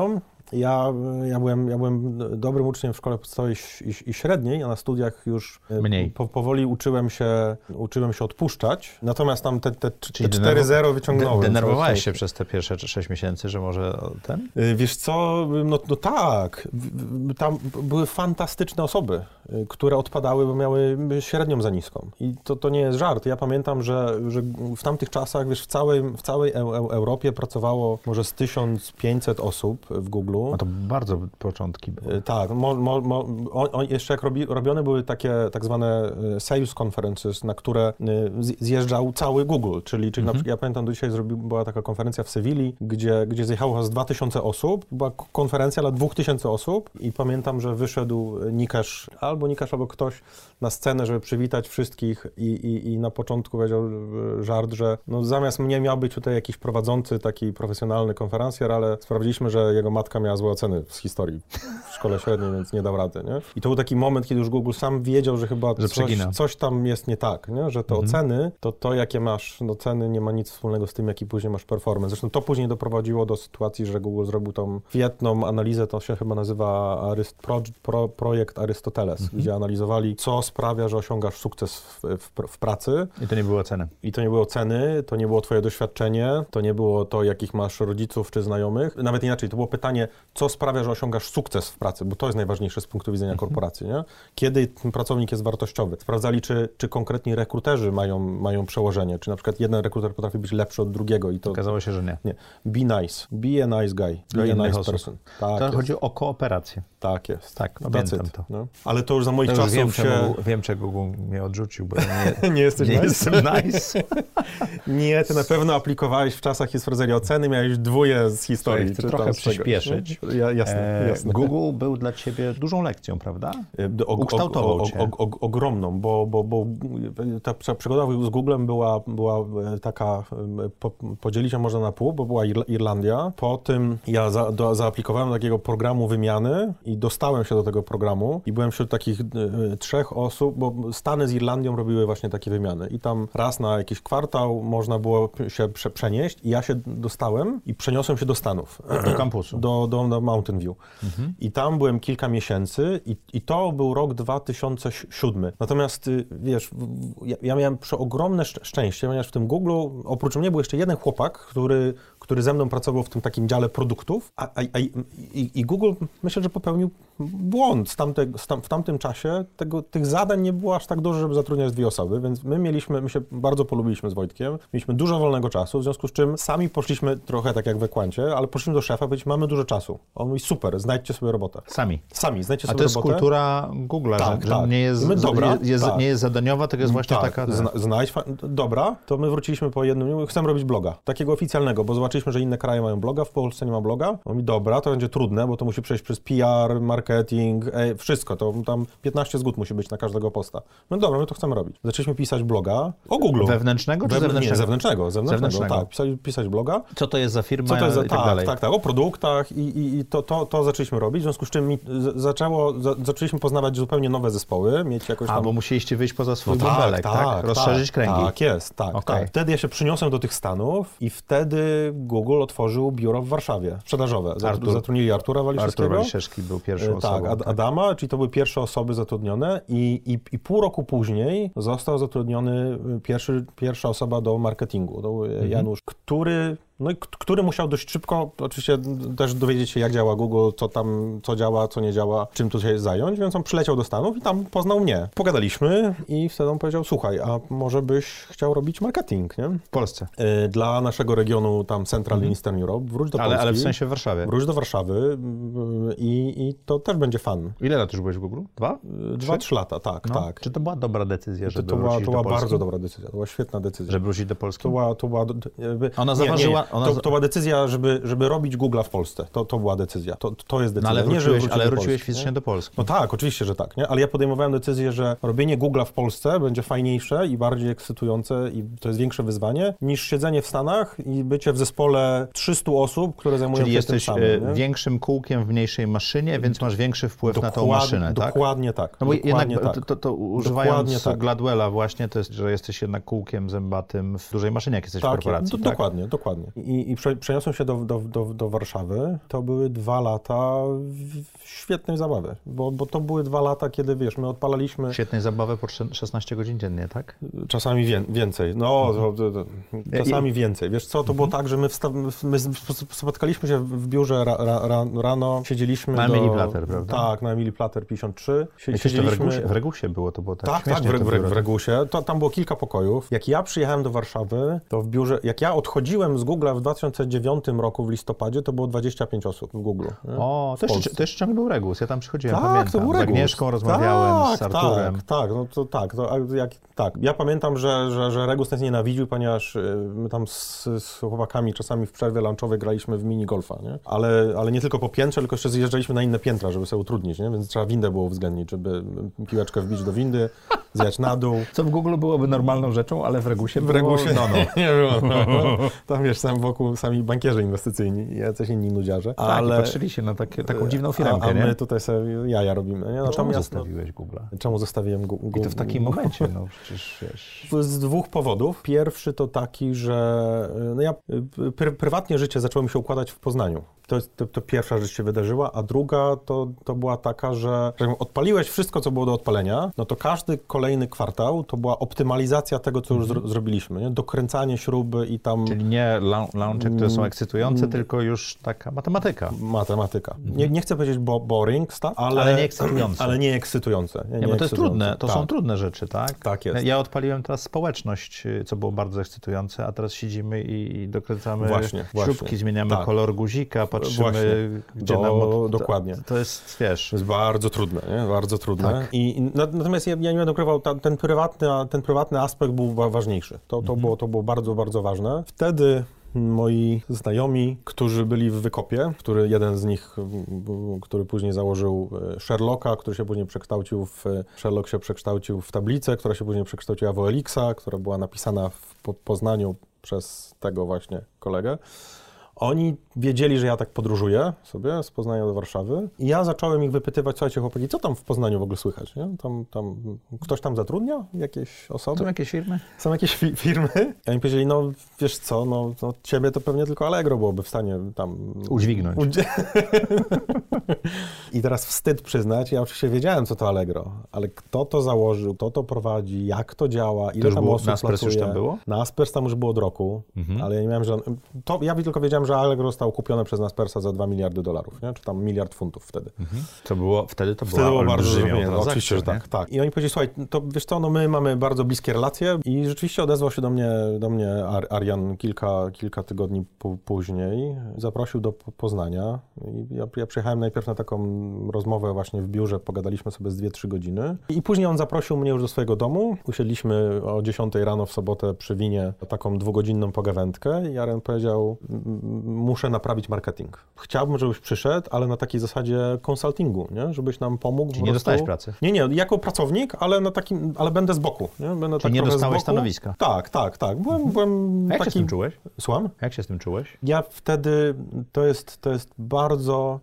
Ja, ja, byłem, ja byłem dobrym uczniem w szkole podstawowej i, i średniej, a na studiach już mniej. Po, powoli uczyłem się, uczyłem się odpuszczać. Natomiast tam te, te, te cztery zero wyciągnąłem. Denerwowałeś się przez te pierwsze sześć miesięcy, że może ten? Wiesz co, no, no tak. Tam były fantastyczne osoby, które odpadały, bo miały średnią za niską. I to, to nie jest żart. Ja pamiętam, że, że w tamtych czasach, wiesz, w całej, w całej Europie pracowało może z tysiąc pięćset osób w Google. No to bardzo początki były. Tak. Mo, mo, mo, on, jeszcze jak robi, robione były takie tak zwane sales conferences, na które zjeżdżał cały Google, czyli, czyli mhm. na przykład, ja pamiętam, do dzisiaj zrobił, była taka konferencja w Sewilli, gdzie, gdzie zjechało z dwa tysiące osób, była konferencja dla dwa tysiące osób i pamiętam, że wyszedł Nikesh, albo Nikesh, albo ktoś na scenę, żeby przywitać wszystkich i, i, i na początku powiedział żart, że no zamiast mnie miał być tutaj jakiś prowadzący, taki profesjonalny konferencjer, ale sprawdziliśmy, że jego matka miała złe oceny z historii w szkole średniej, więc nie dał rady, nie? I to był taki moment, kiedy już Google sam wiedział, że chyba że coś, coś tam jest nie tak, nie? Że te mhm. oceny, to to, jakie masz oceny, nie ma nic wspólnego z tym, jaki później masz performance. Zresztą to później doprowadziło do sytuacji, że Google zrobił tą świetną analizę, to się chyba nazywa Aryst, pro, pro, projekt Arystoteles, mhm. gdzie analizowali, co sprawia, że osiągasz sukces w, w, w pracy. I to nie było oceny. I to nie było oceny, to nie było twoje doświadczenie, to nie było to, jakich masz rodziców czy znajomych. Nawet inaczej, to było pytanie, co sprawia, że osiągasz sukces w pracy, bo to jest najważniejsze z punktu widzenia mhm. korporacji, nie? Kiedy ten pracownik jest wartościowy. Sprawdzali, czy, czy konkretni rekruterzy mają, mają przełożenie, czy na przykład jeden rekruter potrafi być lepszy od drugiego i to... Okazało się, że nie. Nie. Be nice. Be a nice guy. Be a nice person. Tak to jest. Chodzi o kooperację. Tak jest. Tak, pamiętam to. No. Ale to już za moich to czasów wiem, się... Czemu, wiem, czego Google mnie odrzucił, bo nie, nie jesteś nie nice? jestem nice. Nie, ty na pewno aplikowałeś w czasach, kiedy sprawdzali oceny, miałeś dwóje z historii. Chcę trochę przyspieszyć. Ja, jasne, jasne. Google był dla ciebie dużą lekcją, prawda? O, Ukształtował o, o, cię. O, o, ogromną, bo, bo, bo ta przygoda z Googlem była, była taka, po, podzielić ją można na pół, bo była Irlandia. Po tym ja za, do, zaaplikowałem do takiego programu wymiany i dostałem się do tego programu i byłem wśród takich y, trzech osób, bo Stany z Irlandią robiły właśnie takie wymiany i tam raz na jakiś kwartał można było się prze, przenieść i ja się dostałem i przeniosłem się do Stanów. Do kampusu. Do, do, do Mountain View. Mhm. I tam byłem kilka miesięcy i, i to był rok dwa tysiące siódmy. Natomiast wiesz, ja, ja miałem przeogromne szczęście, ponieważ w tym Google oprócz mnie był jeszcze jeden chłopak, który, który ze mną pracował w tym takim dziale produktów, a, a, a i, i Google myślę, że popełnił błąd z tamte, z tam, w tamtym czasie. Tego, tych zadań nie było aż tak dużo, żeby zatrudniać dwie osoby, więc my mieliśmy, my się bardzo polubiliśmy z Wojtkiem, mieliśmy dużo wolnego czasu, w związku z czym sami poszliśmy trochę tak jak we Kwancie, ale poszliśmy do szefa, powiedzieliśmy, mamy dużo czasu. On mówi, super, znajdźcie sobie robotę. Sami. Sami, znajdźcie a sobie robotę. A to jest kultura Google'a, tak, że, tak. że nie jest, my, dobra, jest, tak. nie jest zadaniowa, tylko jest właśnie tak, taka... Zna, znajdź, dobra, to my wróciliśmy po jednym dniu, chcemy robić bloga, takiego oficjalnego, bo zobaczyliśmy, że inne kraje mają bloga, w Polsce nie ma bloga. On mówi, dobra, to będzie trudne, bo to musi przejść przez P R, marketing, e, wszystko, to tam piętnaście zgód musi być na każdego posta. No dobra, my to chcemy robić. Zaczęliśmy pisać bloga o Google. Wewnętrznego czy We, zewnętrznego? Nie, zewnętrznego, zewnętrznego, zewnętrznego. Tak, pisać, pisać bloga. Co to jest za firma Co to jest za, i tak tak, dalej. Tak, tak, o produktach i, i, i to, to, to zaczęliśmy robić, w związku z czym mi z, zaczęło, za, zaczęliśmy poznawać zupełnie nowe zespoły, mieć jakoś tam... A, bo musieliście wyjść poza swój no bąbelek, tak, tak, tak? Rozszerzyć tak, kręgi. Tak, jest, tak, okay. tak. Wtedy ja się przyniosłem do tych Stanów i wtedy Google otworzył biuro w Warszawie, sprzedażowe. Artur, Zatrudnili Artura Waliszewskiego. Artur Waliszewski był pierwszą osobą. Tak, Ad, Adama, czyli to były pierwsze osoby zatrudnione i, i, i pół roku później został zatrudniony pierwszy, pierwsza osoba do marketingu, to był mhm. Janusz, który... No i który musiał dość szybko, oczywiście też dowiedzieć się, jak działa Google, co tam, co działa, co nie działa, czym tu się zająć, więc on przyleciał do Stanów i tam poznał mnie. Pogadaliśmy i wtedy on powiedział, słuchaj, a może byś chciał robić marketing, nie? W Polsce. Yy, dla naszego regionu tam Central mm. Eastern Europe, wróć do ale, Polski. Ale w sensie w Warszawie. Wróć do Warszawy yy, i, i to też będzie fan. Ile lat już byłeś w Google? Dwa? Yy, dwa, trzy lata, tak, no. tak. Czy to była dobra decyzja, żeby to, to wrócić była, to do była Polski? bardzo dobra decyzja, to była świetna decyzja. Żeby wrócić do Polski? To była, to była, jakby, ona zaważyła... Nie, nie. Ona to, to była decyzja, żeby, żeby robić Google'a w Polsce. To, to była decyzja. To, to jest decyzja. No ale wróciłeś, nie, ale wróciłeś Polski, fizycznie nie? do Polski. No tak, oczywiście, że tak. Nie? Ale ja podejmowałem decyzję, że robienie Google'a w Polsce będzie fajniejsze i bardziej ekscytujące i to jest większe wyzwanie niż siedzenie w Stanach i bycie w zespole trzystu osób, które zajmują Czyli się jesteś tym samym. Czyli większym kółkiem w mniejszej maszynie, więc masz większy wpływ Dokład, na tą maszynę, tak? Dokładnie tak. No bo dokładnie jednak tak. to, to używając tak. Gladwella właśnie, to jest, że jesteś jednak kółkiem zębatym w dużej maszynie, jak jesteś tak, w korporacji, do, tak? Dokładnie, dokładnie. I, i prze, przeniosłem się do, do, do, do Warszawy. To były dwa lata świetnej zabawy, bo, bo to były dwa lata, kiedy, wiesz, my odpalaliśmy... Świetnej zabawy po szesnaście godzin dziennie, tak? Czasami wie, więcej. No, mhm. to, to, to, czasami więcej. Wiesz co, to mhm. było tak, że my, wsta- my spotkaliśmy się w biurze ra, ra, rano, siedzieliśmy na do... Emilii Plater, prawda? Tak, na Emilii Plater pięćdziesiąt trzy. Sie, siedzieliśmy... w, Regusie, w Regusie było, to było tak Tak, tak, w, w, w Regusie. To, tam było kilka pokojów. Jak ja przyjechałem do Warszawy, to w biurze, jak ja odchodziłem z Google'a w dwa tysiące dziewiątym roku w listopadzie, to było dwadzieścia pięć osób w Google. Nie? O, to jeszcze, to jeszcze ciągle był Regus, ja tam przychodziłem, tak, pamiętam. To był z Agnieszką rozmawiałem, tak, z Arturem. Tak, tak, no to tak, to, jak, tak. Ja pamiętam, że, że, że Regus nas nienawidził, ponieważ my tam z, z chłopakami czasami w przerwie lunchowej graliśmy w minigolfa, nie? Ale, ale nie tylko po piętrze, tylko jeszcze zjeżdżaliśmy na inne piętra, żeby sobie utrudnić, nie? Więc trzeba windę było uwzględnić, żeby piłeczkę wbić do windy, zjechać na dół. Co w Google byłoby normalną rzeczą, ale w Regusie w było... Regusie no, no. nie było. No, no. Tam wiesz, sam wokół sami bankierzy inwestycyjni, jacyś inni nudziarze. Tak, ale... i patrzyli się na takie, taką dziwną firmkę, a, a nie? my tutaj sobie jaja robimy. Nie? No, czemu natomiast, zostawiłeś Google'a? Czemu zostawiłem Google? I to w takim momencie, no przecież wiesz... Z dwóch powodów. Pierwszy to taki, że no ja pr- prywatnie życie zaczęło mi się układać w Poznaniu. To, to, to pierwsza rzecz się wydarzyła, a druga to, to była taka, że, że jak odpaliłeś wszystko, co było do odpalenia, no to każdy kolejny kwartał to była optymalizacja tego, co już zro- zrobiliśmy, nie? Dokręcanie śruby i tam... Czyli nie launche, które są ekscytujące, mm, tylko już taka matematyka. Matematyka. Nie, nie chcę powiedzieć bo, boring stuff, ale... Ale nie ekscytujące. Ale nie ekscytujące. Nie, nie, nie bo to jest trudne, to tak. są trudne rzeczy, tak? Tak jest. Ja odpaliłem teraz społeczność, co było bardzo ekscytujące, a teraz siedzimy i, i dokręcamy właśnie, śrubki, właśnie. zmieniamy tak. kolor guzika, patrzymy, właśnie. gdzie Do, nam... Od... Dokładnie. To, to jest, wiesz... To jest bardzo trudne, nie? Bardzo trudne. Tak. I, i, natomiast ja, ja nie będę ukrywał, ta, ten, prywatny, ten prywatny aspekt był ważniejszy. To, to, mhm. było, to było bardzo, bardzo ważne. Wtedy moi znajomi, którzy byli w Wykopie, który jeden z nich, który później założył Sherlocka, który się później przekształcił w, Sherlock się przekształcił w tablicę, która się później przekształciła w O L X-a, która była napisana w Poznaniu przez tego właśnie kolegę. Oni wiedzieli, że ja tak podróżuję sobie z Poznania do Warszawy i ja zacząłem ich wypytywać, słuchajcie chłopaki, co tam w Poznaniu w ogóle słychać, nie? Tam, tam, ktoś tam zatrudnia jakieś osoby? Są jakieś firmy? Są jakieś fi- firmy? I oni powiedzieli, no wiesz co, no, no ciebie to pewnie tylko Allegro byłoby w stanie tam... Udźwignąć. Udź- I teraz wstyd przyznać, ja oczywiście wiedziałem, co to Allegro, ale kto to założył, kto to prowadzi, jak to działa, ile to tam było, osób Naspers pracuje. już tam było? Naspers tam już było od roku, mhm. ale ja nie miałem żadnego... To ja tylko wiedziałem, że Allegro zostało kupione przez Naspersa za dwa miliardy dolarów, nie? Czy tam miliard funtów wtedy. Mhm. To było, wtedy to wtedy była było bardzo olbrzymią oczywiście, że tak, tak. I oni powiedzieli, słuchaj, to wiesz co, no my mamy bardzo bliskie relacje i rzeczywiście odezwał się do mnie, do mnie Ar- Arian kilka, kilka tygodni p- później. Zaprosił do Poznania i ja, ja przyjechałem najpierw na taką rozmowę właśnie w biurze, pogadaliśmy sobie z dwie, trzy godziny i później on zaprosił mnie już do swojego domu. Usiedliśmy o dziesiątej rano w sobotę przy winie taką dwugodzinną pogawędkę i Arian powiedział, muszę naprawić marketing. Chciałbym, żebyś przyszedł, ale na takiej zasadzie konsultingu, nie? Żebyś nam pomógł. Czyli nie prostu... dostałeś pracy? Nie, nie, jako pracownik, ale na takim, ale będę z boku. Nie? Będę Czyli tak nie dostałeś z boku. stanowiska? Tak, tak, tak. Byłem, mhm. byłem A jak taki... się z tym czułeś? Słucham? Jak się z tym czułeś? Ja wtedy, to jest, to jest bardzo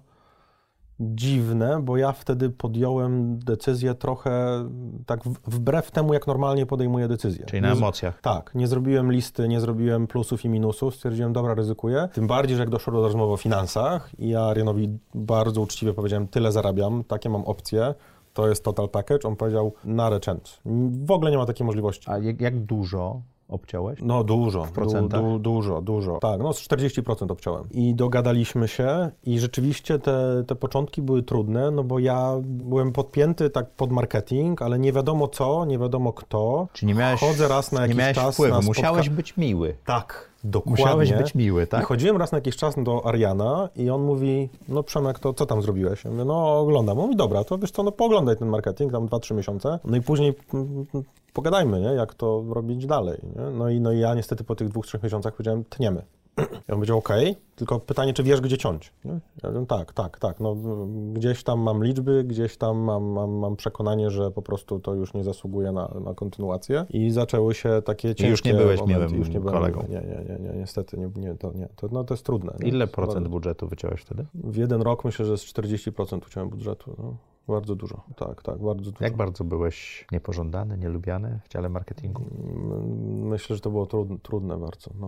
dziwne, bo ja wtedy podjąłem decyzję trochę tak wbrew temu, jak normalnie podejmuję decyzję. Czyli na nie, emocjach. Tak, nie zrobiłem listy, nie zrobiłem plusów i minusów, stwierdziłem, dobra, ryzykuję. Tym bardziej, że jak doszło do rozmowy o finansach i ja Arianowi bardzo uczciwie powiedziałem, tyle zarabiam, takie mam opcje, to jest total package, on powiedział, nare chance. W ogóle nie ma takiej możliwości. A jak, jak dużo obciąłeś? No dużo, w procentach? Du, du, dużo, dużo. Tak, no z czterdzieści procent obciąłem. I dogadaliśmy się i rzeczywiście te, te początki były trudne, no bo ja byłem podpięty tak pod marketing, ale nie wiadomo co, nie wiadomo kto. Czy nie miałeś, Chodzę raz na jakiś nie miałeś czas wpływu, na spotka- musiałeś być miły. Tak, dokładnie. Musiałeś być miły, tak? I chodziłem raz na jakiś czas do Ariana i on mówi, no Przemek, to co tam zrobiłeś? Ja mówię, no oglądam. On mówi, dobra, to wiesz co, no pooglądaj ten marketing, tam dwa, trzy miesiące. No i później mm, pogadajmy, nie, jak to robić dalej. Nie? No, i, no i ja niestety po tych dwóch, trzech miesiącach powiedziałem, tniemy. Ja on powiedział, okej, okay, tylko pytanie, czy wiesz, gdzie ciąć? Nie? Ja mówię, tak, tak, tak. No, gdzieś tam mam liczby, gdzieś tam mam, mam, mam przekonanie, że po prostu to już nie zasługuje na, na kontynuację. I zaczęły się takie ciężkie I już nie byłeś momenty. miłym już nie byłem, kolegą. Nie, nie, nie, nie, niestety, nie, nie, to, nie. To, no, to jest trudne. Nie? Ile procent budżetu wyciąłeś wtedy? W jeden rok myślę, że z czterdzieści procent uciąłem budżetu. No. Bardzo dużo, tak, tak, bardzo dużo. Jak bardzo byłeś niepożądany, nielubiany w dziale marketingu? Myślę, że to było trudne, trudne bardzo, no.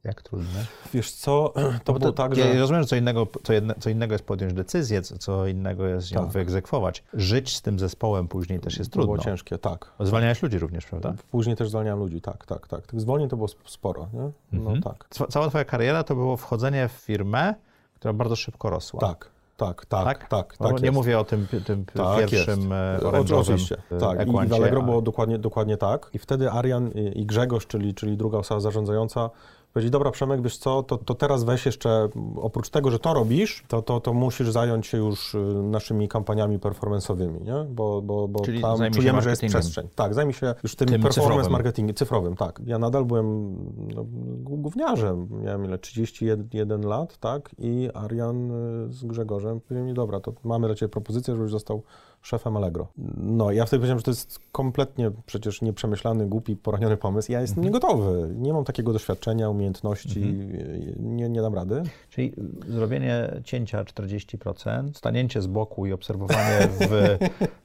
Jak trudne? Wiesz co, to no było to, tak, ja że... rozumiem, że co innego, co, jedne, co innego jest podjąć decyzję, co, co innego jest ją Tak. wyegzekwować. Żyć z tym zespołem później też jest To trudno. było ciężkie, tak. Zwalniałeś ludzi również, prawda? Później też zwalniałem ludzi, tak, tak, tak. Tych zwolnień to było sporo, nie? No Mhm. tak. Ca- Cała twoja kariera to było wchodzenie w firmę, która bardzo szybko rosła. Tak, tak, tak, tak, tak, No, tak nie jest. mówię o tym, tym Tak pierwszym jest. e, orężowym Oczywiście, e, tak. I Equancie, w Allegro a- było dokładnie, dokładnie tak. I wtedy Arian i i Grzegorz, czyli, czyli druga osoba zarządzająca, powiedzieli, dobra Przemek, wiesz co, to, to teraz weź jeszcze, oprócz tego, że to robisz, to, to, to musisz zająć się już y, naszymi kampaniami performance'owymi, nie? Bo, bo, bo Czyli tam zajmij się czujemy, że jest marketingiem. przestrzeń. Tak, zajmij się już tym, Tym performance cyfrowym. marketingiem, cyfrowym, tak. Ja nadal byłem no, gówniarzem, miałem ile, trzydzieści jeden lat, tak? I Arian y, z Grzegorzem powiedzieli mi, dobra, to mamy dla ciebie propozycję, żebyś został szefem Allegro. No i ja wtedy powiedziałem, że to jest kompletnie przecież nieprzemyślany, głupi, poraniony pomysł. Ja jestem niegotowy. Nie mam takiego doświadczenia, umiejętności, nie, nie dam rady. Czyli zrobienie cięcia czterdzieści procent, stanięcie z boku i obserwowanie w,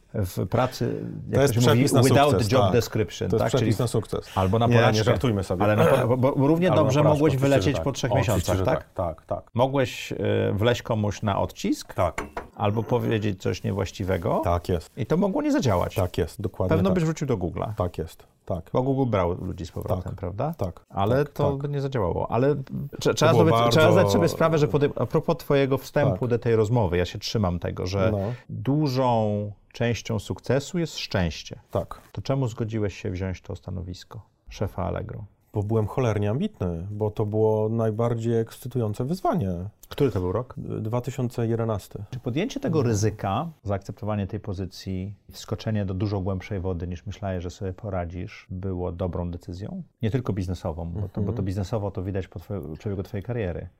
w pracy, jak To jest to się mówi, przepis na without sukces, job tak. description. To jest tak? przepis Czyli na sukces. albo na Nie, porażkę. nie żartujmy sobie. Ale na, bo, bo równie Albo dobrze na porażkę, mogłeś oczywiście, wylecieć że tak. po trzech Oczywiście, miesiącach, że tak? Tak, tak, tak. Mogłeś y, wleźć komuś na odcisk, Tak, albo powiedzieć coś niewłaściwego tak jest. i to mogło nie zadziałać. Tak jest, dokładnie Pewno tak. byś wrócił do Google'a. Tak jest, tak. Bo Google brał ludzi z powrotem, Tak, prawda? tak, Ale tak, to tak. by nie zadziałało. Ale trze- trzeba, było sobie, bardzo- trzeba zdać sobie sprawę, że podej- a propos twojego wstępu Tak. do tej rozmowy, ja się trzymam tego, że No. dużą częścią sukcesu jest szczęście. Tak. To czemu zgodziłeś się wziąć to stanowisko szefa Allegro? Bo byłem cholernie ambitny, bo to było najbardziej ekscytujące wyzwanie. Który to był rok? dwa tysiące jedenasty. Czy podjęcie tego ryzyka, zaakceptowanie tej pozycji, wskoczenie do dużo głębszej wody niż myślałeś, że sobie poradzisz, było dobrą decyzją? Nie tylko biznesową, bo to, bo to biznesowo to widać po twoje, przebiegu twojej kariery,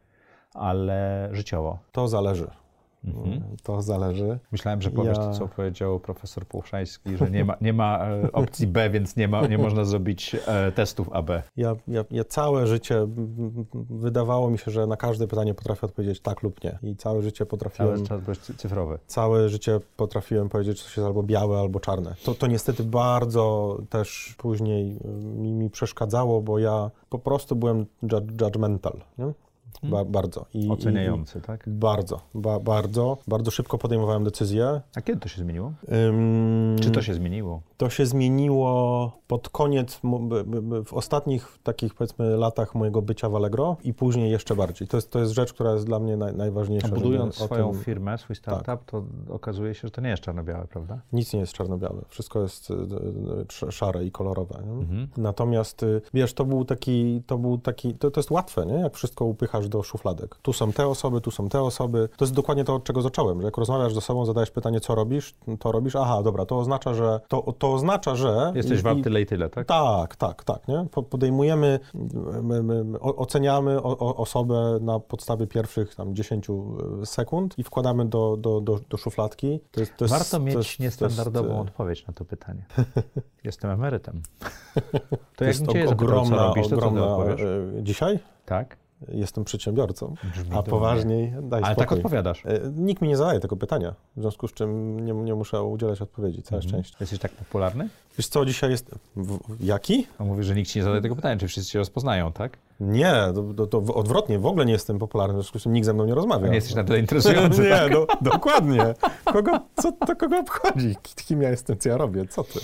ale życiowo. To zależy. Mhm. To zależy. Myślałem, że powiesz Ja- to, co powiedział profesor Pułszański, że nie ma, nie ma e, opcji B, więc nie, ma, nie można zrobić e, testów A B. Ja, ja, ja całe życie m, m, wydawało mi się, że na każde pytanie potrafię odpowiedzieć tak lub nie. I całe życie potrafiłem, Cały czas byłeś cy- cyfrowy. całe życie potrafiłem powiedzieć, że coś jest albo białe, albo czarne. To, to niestety bardzo też później y, mi, mi przeszkadzało, bo ja po prostu byłem ju- judgmental, nie? Ba, bardzo. I, Oceniający, i, tak? Bardzo, ba, bardzo. Bardzo szybko podejmowałem decyzje. A kiedy to się zmieniło? Ym, Czy to się zmieniło? To się zmieniło pod koniec, mo- b- b- w ostatnich takich powiedzmy latach mojego bycia w Allegro i później jeszcze bardziej. To jest, to jest rzecz, która jest dla mnie naj, najważniejsza. Budując żeby o swoją tym- firmę, swój startup, to okazuje się, że to nie jest czarno-białe, prawda? Nic nie jest czarno-białe, wszystko jest y, y, sz- szare i kolorowe. Nie? Mhm. Natomiast y, wiesz, to był taki, to był taki, to, to jest łatwe, nie? Jak wszystko upychasz do szufladek. Tu są te osoby, tu są te osoby. To jest dokładnie to, od czego zacząłem, że jak rozmawiasz ze sobą, zadajesz pytanie, co robisz, to robisz, aha, dobra, to oznacza, że, to, to oznacza, że... Jesteś i- wart i- tyle i tyle, tak? Tak, tak, tak, nie? Po- Podejmujemy, my, my, my, o- oceniamy o, o, osobę na podstawie pierwszych tam dziesięciu y, sekund i wkładamy do, do, do, do szufladki. To jest, to jest, Warto to mieć jest, niestandardową to jest, odpowiedź na to pytanie. Jestem emerytem. To, to jak jest bym cię o- zapytał, co ogromna, robisz, to co ty ogromna, odpowiesz? y, dzisiaj Tak? jestem przedsiębiorcą, Brzmi a dumnie. poważniej daj Ale spokój. tak odpowiadasz. Y, Nikt mi nie zadaje tego pytania, w związku z czym nie, nie muszę udzielać odpowiedzi, całe Mhm. szczęście. Jesteś tak popularny? Wiesz co, dzisiaj jest... W, jaki? On mówi, że nikt ci nie zadaje tego pytania, czy wszyscy cię rozpoznają, tak? Nie, to, to, to odwrotnie, w ogóle nie jestem popularny, w związku z czym nikt ze mną nie rozmawia. Nie jesteś na tyle interesujący, Nie, tak? do, dokładnie. Kogo, co to kogo obchodzi? Kim ja jestem, co ja robię, co ty?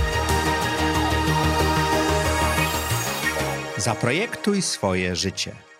Zaprojektuj swoje życie.